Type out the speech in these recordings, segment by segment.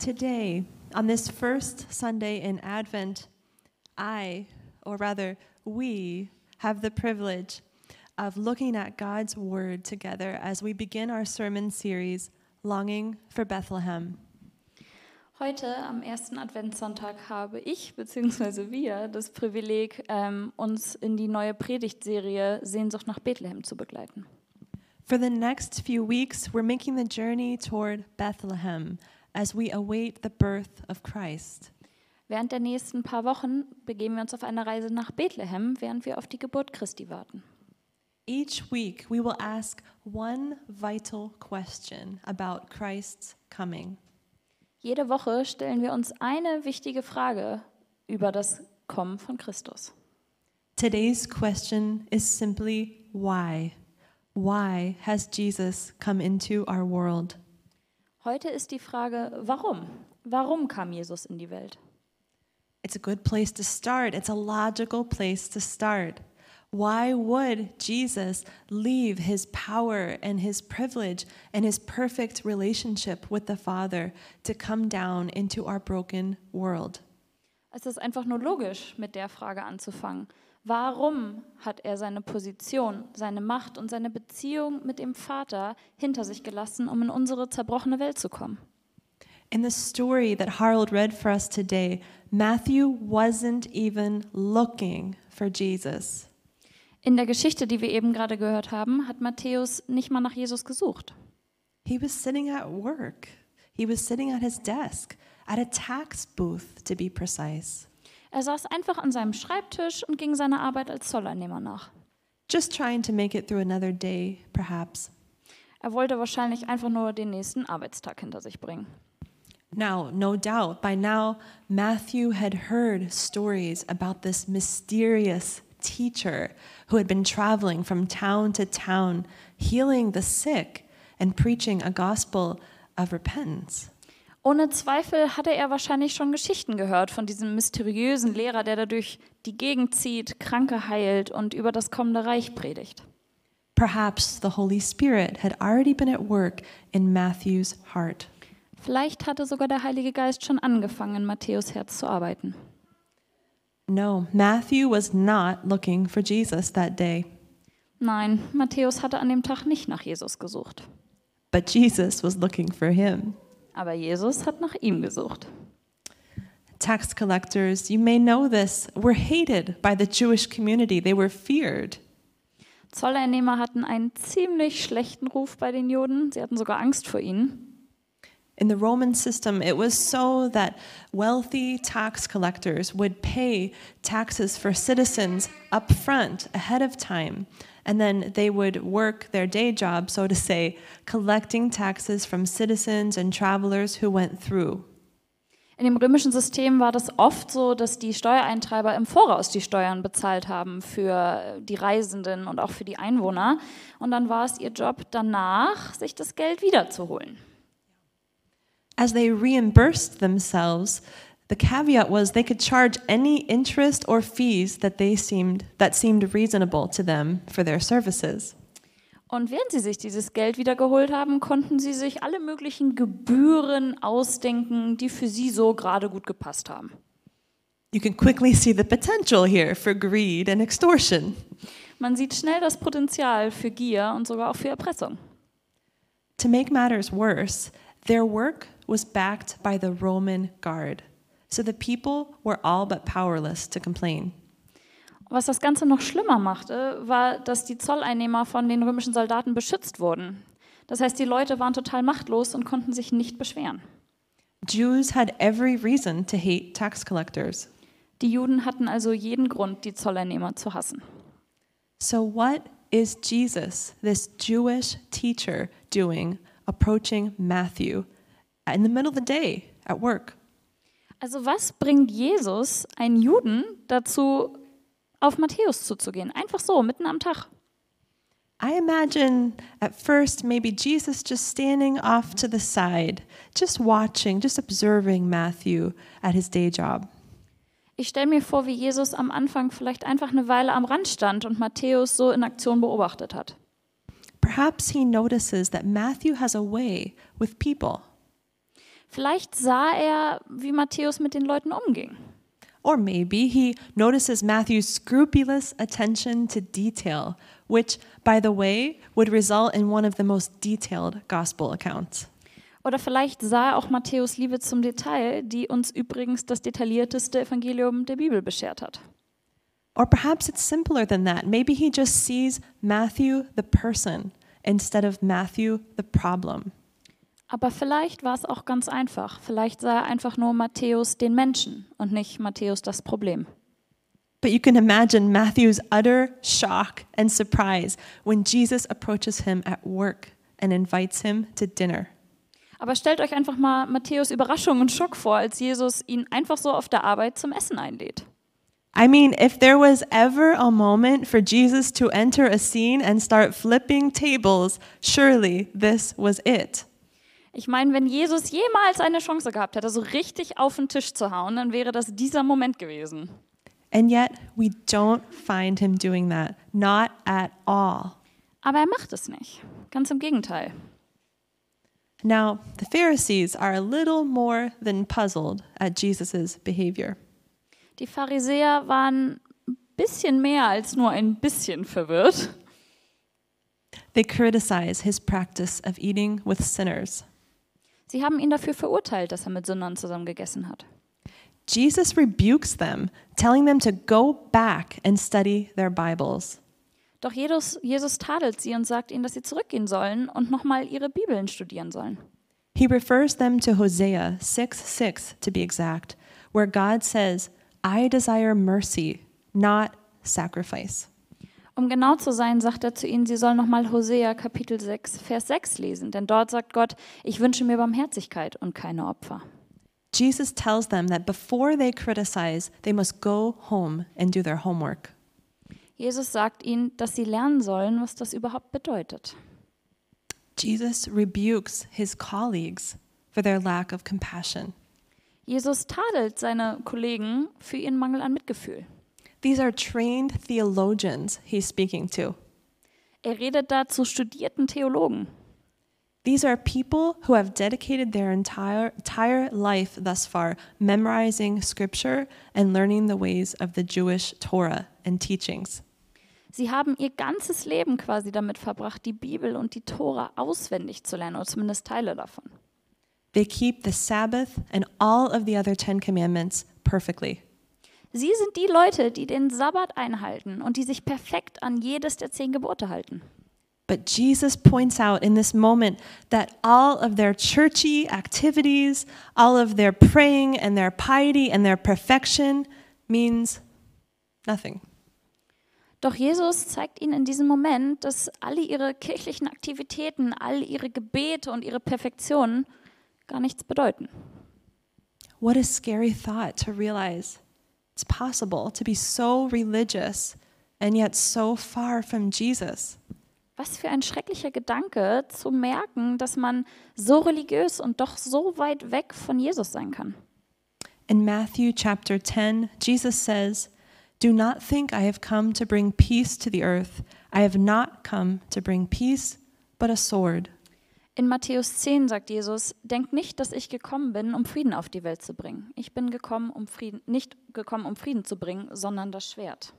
Today, on this first Sunday in Advent, we, have the privilege of looking at God's Word together as we begin our sermon series, Longing for Bethlehem. Heute, am ersten Adventssonntag, habe ich bzw. wir das Privileg, uns in die neue Predigtserie Sehnsucht nach Bethlehem zu begleiten. For the next few weeks, we're making the journey toward Bethlehem as we await the birth of Christ. Während der nächsten paar Wochen begeben wir uns auf eine Reise nach Bethlehem, während wir auf die Geburt Christi warten. Each week, we will ask one vital question about Christ's coming. Jede Woche stellen wir uns eine wichtige Frage über das Kommen von Christus. Today's question is simply why? Why has Jesus come into our world? Heute ist die Frage, warum? Warum kam Jesus in die Welt? It's a good place to start. It's a logical place to start. Why would Jesus leave his power and his privilege and his perfect relationship with the Father to come down into our broken world? Es ist einfach nur logisch, mit der Frage anzufangen. Warum hat er seine Position, seine Macht und seine Beziehung mit dem Vater hinter sich gelassen, um in unsere zerbrochene Welt zu kommen? In the story that Harold read for us today, Matthew wasn't even looking for Jesus. In der Geschichte, die wir eben gerade gehört haben, hat Matthäus nicht mal nach Jesus gesucht. He was sitting at work. He was sitting at his desk, at a tax booth to be precise. Er saß einfach an seinem Schreibtisch und ging seiner Arbeit als Zolleinnehmer nach. Just trying to make it through another day, perhaps. Er wollte wahrscheinlich einfach nur den nächsten Arbeitstag hinter sich bringen. Now, no doubt, by now, Matthew had heard stories about this mysterious teacher who had been traveling from town to town, healing the sick and preaching a gospel of repentance. Ohne Zweifel hatte er wahrscheinlich schon Geschichten gehört von diesem mysteriösen Lehrer, der dadurch die Gegend zieht, Kranke heilt und über das kommende Reich predigt. Perhaps the Holy Spirit had already been at work in Matthew's heart. Vielleicht hatte sogar der Heilige Geist schon angefangen, in Matthäus Herz zu arbeiten. No, Matthew was not looking for Jesus that day. Nein, Matthäus hatte an dem Tag nicht nach Jesus gesucht. But Jesus was looking for him. Aber Jesus hat nach ihm gesucht. Tax collectors, you may know this, were hated by the Jewish community. They were feared. Zolleinnehmer hatten einen ziemlich schlechten Ruf bei den Juden. Sie hatten sogar Angst vor ihnen. In the Roman system, it was so that wealthy tax collectors would pay taxes for citizens up front, ahead of time, and then they would work their day job, so to say, collecting taxes from citizens and travelers who went through. In dem römischen System war das oft so, dass die Steuereintreiber im Voraus die Steuern bezahlt haben für die Reisenden und auch für die Einwohner. Und dann war es ihr Job, danach sich das Geld wiederzuholen. As they reimbursed themselves, the caveat was they could charge any interest or fees that seemed reasonable to them for their services. Und während sie sich dieses Geld wiedergeholt haben, konnten sie sich alle möglichen Gebühren ausdenken, die für sie so gerade gut gepasst haben. You can quickly see the potential here for greed and extortion. Man sieht schnell das Potenzial für Gier und sogar auch für Erpressung. To make matters worse, their work was backed by the Roman guard, so the people were all but powerless to complain. Was das Ganze noch schlimmer machte, war, dass die Zolleinnehmer von den römischen Soldaten beschützt wurden. Das heißt, die Leute waren total machtlos und konnten sich nicht beschweren. Jews had every reason to hate tax collectors. Die Juden hatten also jeden Grund, die Zolleinnehmer zu hassen. So what is Jesus, this Jewish teacher, doing approaching Matthew in the middle of the day at work? Also was bringt Jesus, einen Juden, dazu, auf Matthäus zuzugehen? Einfach so, mitten am Tag. I imagine at first maybe Jesus just standing off to the side, just watching, just observing Matthew at his day job. Ich stelle mir vor, wie Jesus am Anfang vielleicht einfach eine Weile am Rand stand und Matthäus so in Aktion beobachtet hat. Perhaps he notices that Matthew has a way with people. Vielleicht sah er, wie Matthäus mit den Leuten umging. Or maybe he notices Matthew's scrupulous attention to detail, which, by the way, would result in one of the most detailed gospel accounts. Oder vielleicht sah er auch Matthäus Liebe zum Detail, die uns übrigens das detaillierteste Evangelium der Bibel beschert hat. Or perhaps it's simpler than that. Maybe he just sees Matthew the person instead of Matthew the problem. Aber vielleicht war es auch ganz einfach. Vielleicht sah er einfach nur Matthäus den Menschen und nicht Matthäus das Problem. But you can imagine Matthew's utter shock and surprise when Jesus approaches him at work and invites him to dinner. Aber stellt euch einfach mal Matthäus Überraschung und Schock vor, als Jesus ihn einfach so auf der Arbeit zum Essen einlädt. I mean, if there was ever a moment for Jesus to enter a scene and start flipping tables, surely this was it. Ich meine, wenn Jesus jemals eine Chance gehabt hätte, so richtig auf den Tisch zu hauen, dann wäre das dieser Moment gewesen. And yet, we don't find him doing that, not at all. Aber er macht es nicht. Ganz im Gegenteil. Now, the Pharisees are a little more than puzzled at Jesus' behavior. Die Pharisäer waren ein bisschen mehr als nur ein bisschen verwirrt. They criticize his practice of eating with sinners. Sie haben ihn dafür verurteilt, dass er mit Sündern zusammen gegessen hat. Jesus rebukes them, telling them to go back and study their Bibles. Doch Jesus tadelt sie und sagt ihnen, dass sie zurückgehen sollen und nochmal ihre Bibeln studieren sollen. He refers them to Hosea 6:6 to be exact, where God says, I desire mercy, not sacrifice. Um genau zu sein, sagt er zu ihnen, sie sollen nochmal Hosea Kapitel 6, Vers 6 lesen. Denn dort sagt Gott, ich wünsche mir Barmherzigkeit und keine Opfer. Jesus tells them that before they criticize, they must go home and do their homework. Jesus sagt ihnen, dass sie lernen sollen, was das überhaupt bedeutet. Jesus rebukes his colleagues for their lack of compassion. Jesus tadelt seine Kollegen für ihren Mangel an Mitgefühl. These are trained theologians he's speaking to. Er redet da zu studierten Theologen. These are people who have dedicated their entire life thus far memorizing scripture and learning the ways of the Jewish Torah and teachings. Sie haben ihr ganzes Leben quasi damit verbracht, die Bibel und die Tora auswendig zu lernen, oder zumindest Teile davon. They keep the Sabbath and all of the other 10 commandments perfectly. Sie sind die Leute, die den Sabbat einhalten und die sich perfekt an jedes der 10 Gebote halten. But Jesus points out in this moment that all of their churchy activities, all of their praying and their piety and their perfection means nothing. Doch Jesus zeigt ihnen in diesem Moment, dass alle ihre kirchlichen Aktivitäten, all ihre Gebete und ihre Perfektionen gar nichts bedeuten. What a scary thought to realize it's possible to be so religious and yet so far from Jesus. Was für ein schrecklicher Gedanke, zu merken, dass man so religiös und doch so weit weg von Jesus sein kann. In Matthew chapter 10, Jesus says, "Do not think I have come to bring peace to the earth. I have not come to bring peace, but a sword." In Matthäus 10 sagt Jesus, denkt nicht, dass ich gekommen bin, um Frieden auf die Welt zu bringen. Ich bin nicht gekommen, um Frieden zu bringen, sondern das Schwert.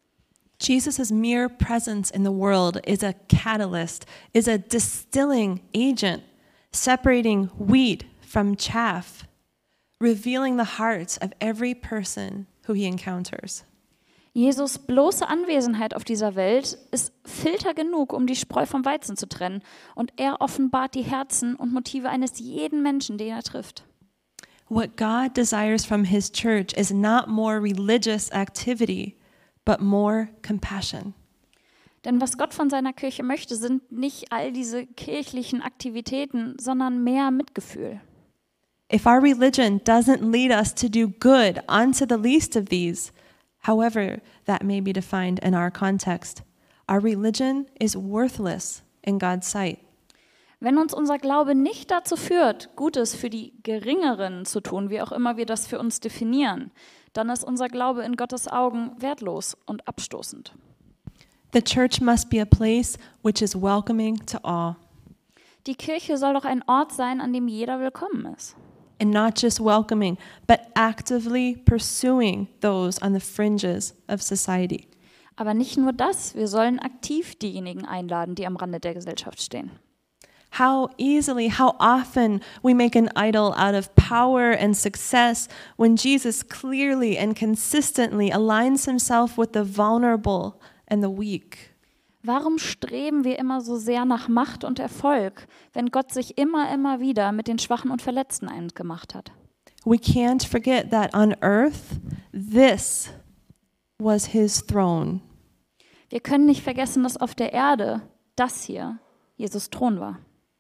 Jesus' mere presence in the world is a catalyst, is a distilling agent, separating wheat from chaff, revealing the hearts of every person who he encounters. Jesus' bloße Anwesenheit auf dieser Welt ist Filter genug, um die Spreu vom Weizen zu trennen. Und er offenbart die Herzen und Motive eines jeden Menschen, den er trifft. What God desires from his church is not more religious activity, but more compassion. Denn was Gott von seiner Kirche möchte, sind nicht all diese kirchlichen Aktivitäten, sondern mehr Mitgefühl. If our religion doesn't lead us to do good unto the least of these, however that may be defined in our context, our religion is worthless in God's sight. Wenn uns unser Glaube nicht dazu führt, Gutes für die Geringeren zu tun, wie auch immer wir das für uns definieren, dann ist unser Glaube in Gottes Augen wertlos und abstoßend. The church must be a place which is welcoming to all. Die Kirche soll doch ein Ort sein, an dem jeder willkommen ist. and not just welcoming, but actively pursuing those on the fringes of society. Aber nicht nur das, wir sollen aktiv diejenigen einladen, die am Rande der Gesellschaft stehen. How easily, how often we make an idol out of power and success when Jesus clearly and consistently aligns himself with the vulnerable and the weak. Warum streben wir immer so sehr nach Macht und Erfolg, wenn Gott sich immer wieder mit den Schwachen und Verletzten eingemacht hat? We can't forget that on earth, this was his throne. Wir können nicht vergessen, dass auf der Erde das hier Jesus Thron war.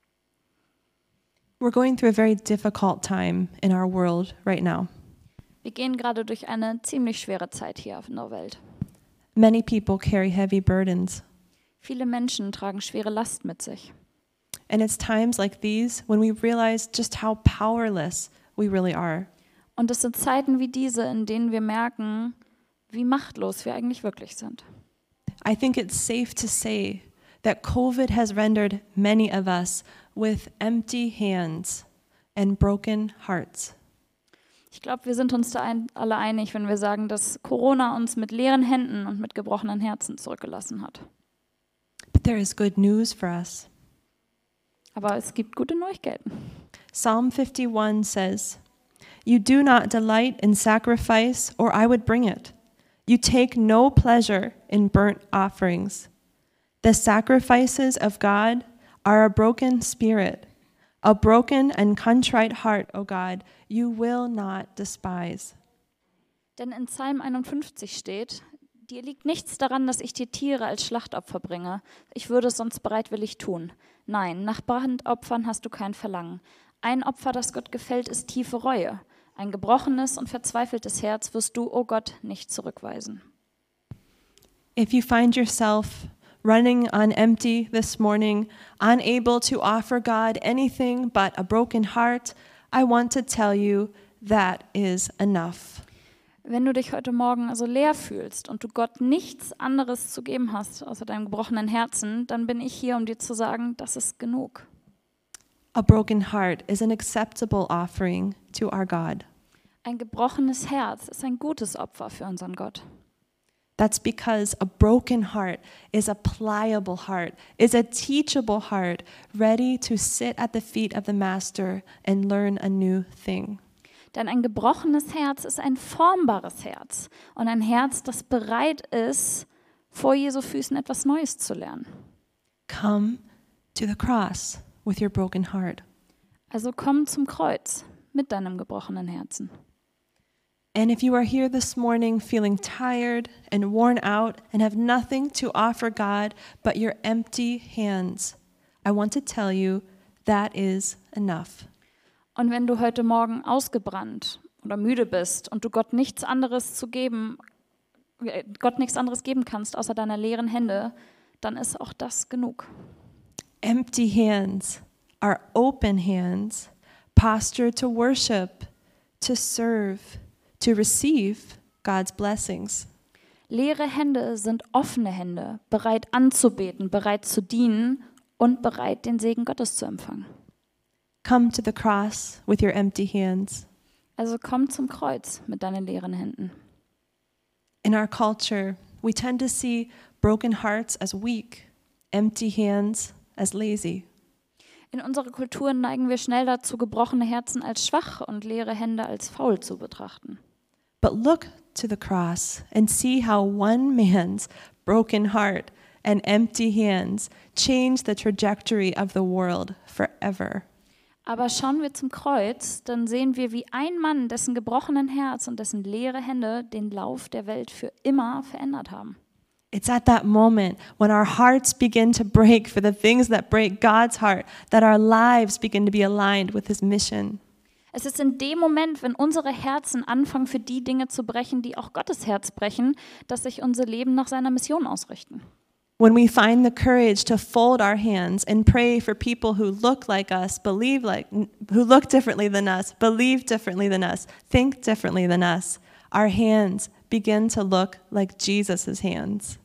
We're going through a very difficult time in our world right now. Wir gehen gerade durch eine ziemlich schwere Zeit hier auf der Welt. Many people carry heavy burdens. Viele Menschen tragen schwere Last mit sich. And it's times like these when we realize just how powerless we really are. Und es sind Zeiten wie diese, in denen wir merken, wie machtlos wir eigentlich wirklich sind. I think it's safe to say that COVID has rendered many of us with empty hands and broken hearts. Ich glaube, wir sind uns da alle einig, wenn wir sagen, dass Corona uns mit leeren Händen und mit gebrochenen Herzen zurückgelassen hat. But there is good news for us. Aber es gibt gute Neuigkeiten. Psalm 51 says, "You do not delight in sacrifice, or I would bring it. You take no pleasure in burnt offerings. The sacrifices of God are a broken spirit, a broken and contrite heart, O God, you will not despise." Denn in Psalm 51 steht, dir liegt nichts daran, dass ich dir Tiere als Schlachtopfer bringe. Ich würde es sonst bereitwillig tun. Nein, nach Brandopfern hast du kein Verlangen. Ein Opfer, das Gott gefällt, ist tiefe Reue. Ein gebrochenes und verzweifeltes Herz wirst du, o Gott, nicht zurückweisen. If you find yourself running on empty this morning, unable to offer God anything but a broken heart, I want to tell you that is enough. Wenn du dich heute Morgen also leer fühlst und du Gott nichts anderes zu geben hast außer deinem gebrochenen Herzen, dann bin ich hier, um dir zu sagen, das ist genug. A broken heart is an acceptable offering to our God. Ein gebrochenes Herz ist ein gutes Opfer für unseren Gott. That's because a broken heart is a pliable heart, is a teachable heart, ready to sit at the feet of the Master and learn a new thing. Denn ein gebrochenes Herz ist ein formbares Herz und ein Herz, das bereit ist, vor Jesu Füßen etwas Neues zu lernen. Come to the cross with your broken heart. Also komm zum Kreuz mit deinem gebrochenen Herzen. And if you are here this morning feeling tired and worn out and have nothing to offer God but your empty hands, I want to tell you that is enough. Und wenn du heute Morgen ausgebrannt oder müde bist und du Gott nichts anderes geben kannst außer deiner leeren Hände, dann ist auch das genug. Empty hands are open hands, postured to worship, to serve, to receive God's blessings. Leere Hände sind offene Hände, bereit anzubeten, bereit zu dienen und bereit, den Segen Gottes zu empfangen. Come to the cross with your empty hands. Also komm zum Kreuz mit deinen leeren Händen. In our culture, we tend to see broken hearts as weak, empty hands as lazy. In unserer Kultur neigen wir schnell dazu, gebrochene Herzen als schwach und leere Hände als faul zu betrachten. But look to the cross and see how one man's broken heart and empty hands changed the trajectory of the world forever. Aber schauen wir zum Kreuz, dann sehen wir, wie ein Mann, dessen gebrochenen Herz und dessen leere Hände den Lauf der Welt für immer verändert haben. It's at that moment when our hearts begin to break for the things that break God's heart, that our lives begin to be aligned with His mission. Es ist in dem Moment, wenn unsere Herzen anfangen, für die Dinge zu brechen, die auch Gottes Herz brechen, dass sich unser Leben nach seiner Mission ausrichten. When we find the courage to fold our hands and pray for people who look like us, who look differently than us, believe differently than us, think differently than us, our hands begin to look like Jesus' hands.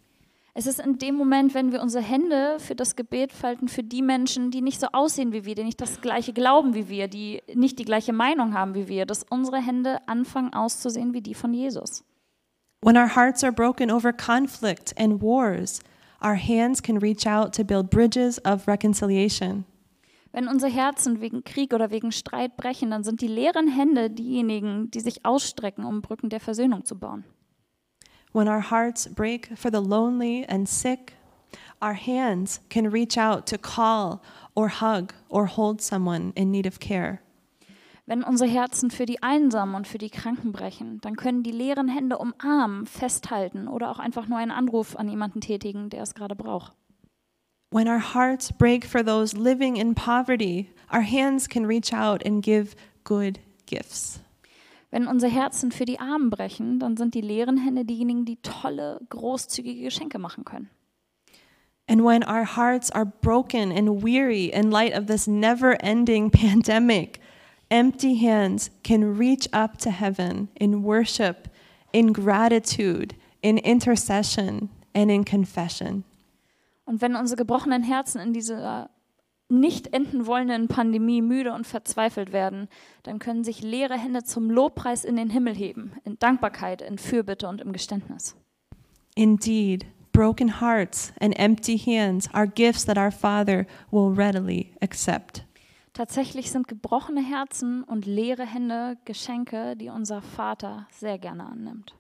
Es ist in dem Moment, wenn wir unsere Hände für das Gebet falten, für die Menschen, die nicht so aussehen wie wir, die nicht das gleiche glauben wie wir, die nicht die gleiche Meinung haben wie wir, dass unsere Hände anfangen auszusehen wie die von Jesus. When our hearts are broken over conflict and wars, our hands can reach out to build bridges of reconciliation. Wenn unsere Herzen wegen Krieg oder wegen Streit brechen, dann sind die leeren Hände diejenigen, die sich ausstrecken, um Brücken der Versöhnung zu bauen. When our hearts break for the lonely and sick, our hands can reach out to call or hug or hold someone in need of care. Wenn unsere Herzen für die Einsamen und für die Kranken brechen, dann können die leeren Hände umarmen, festhalten oder auch einfach nur einen Anruf an jemanden tätigen, der es gerade braucht. When our hearts break for those living in poverty, our hands can reach out and give good gifts. Wenn unsere Herzen für die Armen brechen, dann sind die leeren Hände diejenigen, die tolle, großzügige Geschenke machen können. And when our hearts are broken and weary in light of this never-ending pandemic, empty hands can reach up to heaven in worship, in gratitude, in intercession, and in confession. Und wenn unsere gebrochenen Herzen in dieser nicht enden wollenden Pandemie müde und verzweifelt werden, dann können sich leere Hände zum Lobpreis in den Himmel heben, in Dankbarkeit, in Fürbitte und im Geständnis. Indeed, broken hearts and empty hands are gifts that our Father will readily accept. Tatsächlich sind gebrochene Herzen und leere Hände Geschenke, die unser Vater sehr gerne annimmt.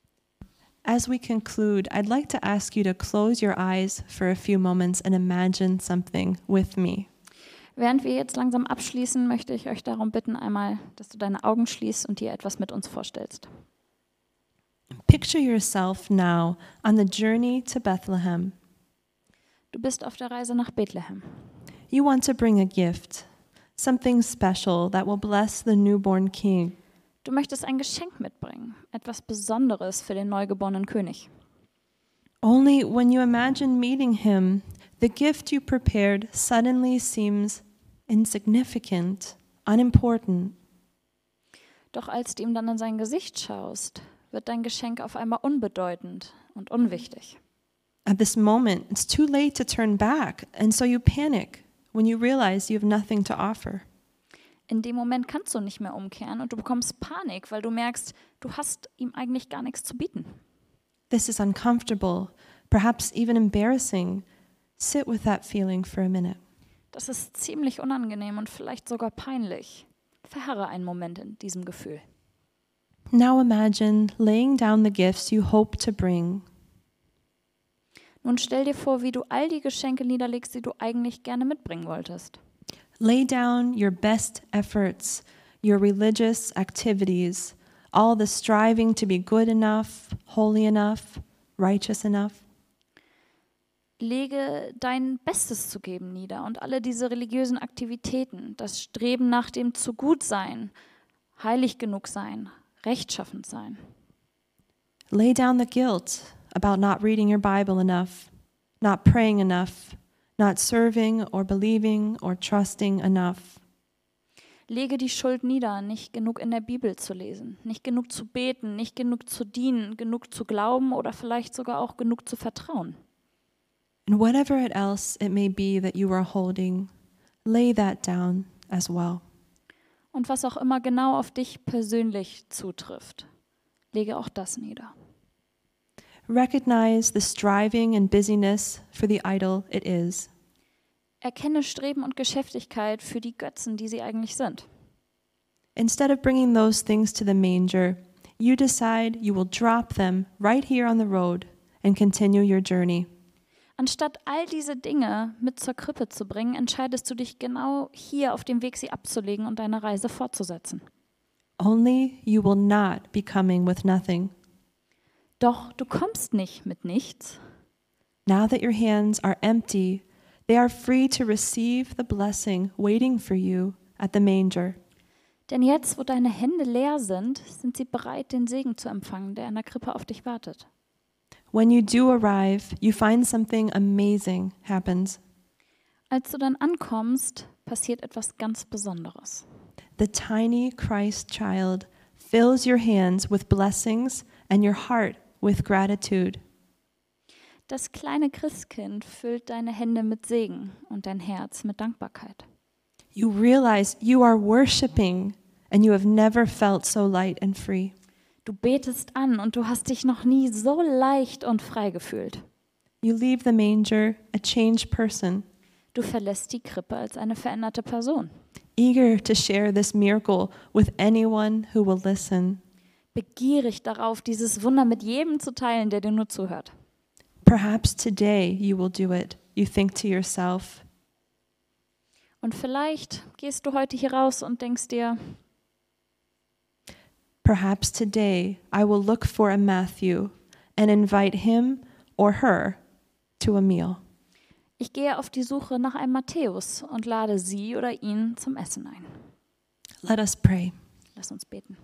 As we conclude, I'd like to ask you to close your eyes for a few moments and imagine something with me. Während wir jetzt langsam abschließen, möchte ich euch darum bitten, einmal, dass du deine Augen schließt und dir etwas mit uns vorstellst. Picture yourself now on the journey to Bethlehem. Du bist auf der Reise nach Bethlehem. You want to bring a gift, something special that will bless the newborn king. Du möchtest ein Geschenk mitbringen, etwas Besonderes für den neugeborenen König. Only when you imagine meeting him, the gift you prepared suddenly seems insignificant, unimportant. Doch als du ihm dann in sein Gesicht schaust, wird dein Geschenk auf einmal unbedeutend und unwichtig. At this moment, it's too late to turn back, and so you panic when you realize you have nothing to offer. In dem Moment kannst du nicht mehr umkehren und du bekommst Panik, weil du merkst, du hast ihm eigentlich gar nichts zu bieten. This is uncomfortable, perhaps even embarrassing. Sit with that feeling for a minute. Das ist ziemlich unangenehm und vielleicht sogar peinlich. Verharre einen Moment in diesem Gefühl. Now imagine laying down the gifts you hope to bring. Nun stell dir vor, wie du all die Geschenke niederlegst, die du eigentlich gerne mitbringen wolltest. Lay down your best efforts, your religious activities, all the striving to be good enough, holy enough, righteous enough. Lege dein Bestes zu geben nieder und alle diese religiösen Aktivitäten, das Streben nach dem zu gut sein, heilig genug sein, rechtschaffend sein. Lay down the guilt about not reading your Bible enough, not praying enough, not serving or believing or trusting enough. Lege die Schuld nieder, nicht genug in der Bibel zu lesen, nicht genug zu beten, nicht genug zu dienen, genug zu glauben oder vielleicht sogar auch genug zu vertrauen. And whatever else it may be that you are holding, lay that down as well. Und was auch immer genau auf dich persönlich zutrifft, lege auch das nieder. Recognize the striving and busyness for the idol it is. Erkenne Streben und Geschäftigkeit für die Götzen, die sie eigentlich sind. Instead of bringing those things to the manger, you decide you will drop them right here on the road and continue your journey. Anstatt all diese Dinge mit zur Krippe zu bringen, entscheidest du dich genau hier auf dem Weg, sie abzulegen und deine Reise fortzusetzen. Only you will not be coming with nothing. Doch du kommst nicht mit nichts. Now that your hands are empty, they are free to receive the blessing waiting for you at the manger. Denn jetzt, wo deine Hände leer sind, sind sie bereit, den Segen zu empfangen, der in der Krippe auf dich wartet. When you do arrive, you find something amazing happens. Als du dann ankommst, passiert etwas ganz Besonderes. The tiny Christ child fills your hands with blessings and your heart with gratitude. Das kleine Christkind füllt deine Hände mit Segen und dein Herz mit Dankbarkeit. You realize you are worshiping and you have never felt so light and free. Du betest an und du hast dich noch nie so leicht und frei gefühlt. You leave the manger a changed person, Du verlässt die Krippe als eine veränderte Person. eager to share this miracle with anyone who will listen. Begierig darauf, dieses Wunder mit jedem zu teilen, der dir nur zuhört. Perhaps today you will do it. You think to yourself, Und vielleicht gehst du heute hier raus und denkst dir, perhaps today I will look for a Matthew and invite him or her to a meal. ich gehe auf die Suche nach einem Matthäus und lade sie oder ihn zum Essen ein. Let us pray. Lass uns beten.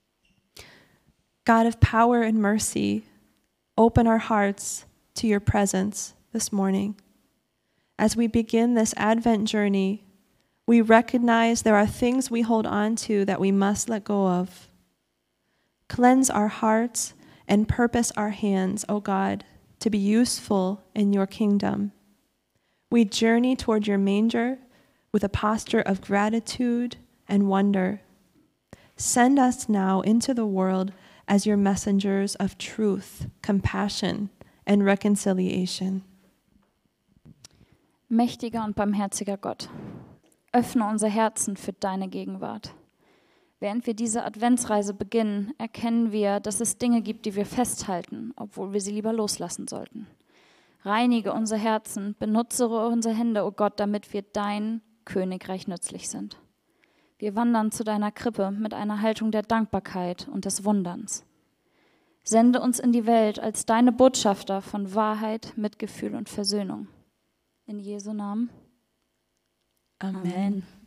God of power and mercy, open our hearts to your presence this morning. As we begin this Advent journey, we recognize there are things we hold on to that we must let go of. Cleanse our hearts and purpose our hands, O God, to be useful in your kingdom. We journey toward your manger with a posture of gratitude and wonder. Send us now into the world as your messengers of truth, compassion, and reconciliation. Mächtiger und barmherziger Gott, öffne unser Herzen für deine Gegenwart. Während wir diese Adventsreise beginnen, erkennen wir, dass es Dinge gibt, die wir festhalten, obwohl wir sie lieber loslassen sollten. Reinige unser Herzen, benutze unsere Hände, o Gott, damit wir dein Königreich nützlich sind. Wir wandern zu deiner Krippe mit einer Haltung der Dankbarkeit und des Wunderns. Sende uns in die Welt als deine Botschafter von Wahrheit, Mitgefühl und Versöhnung. In Jesu Namen. Amen. Amen.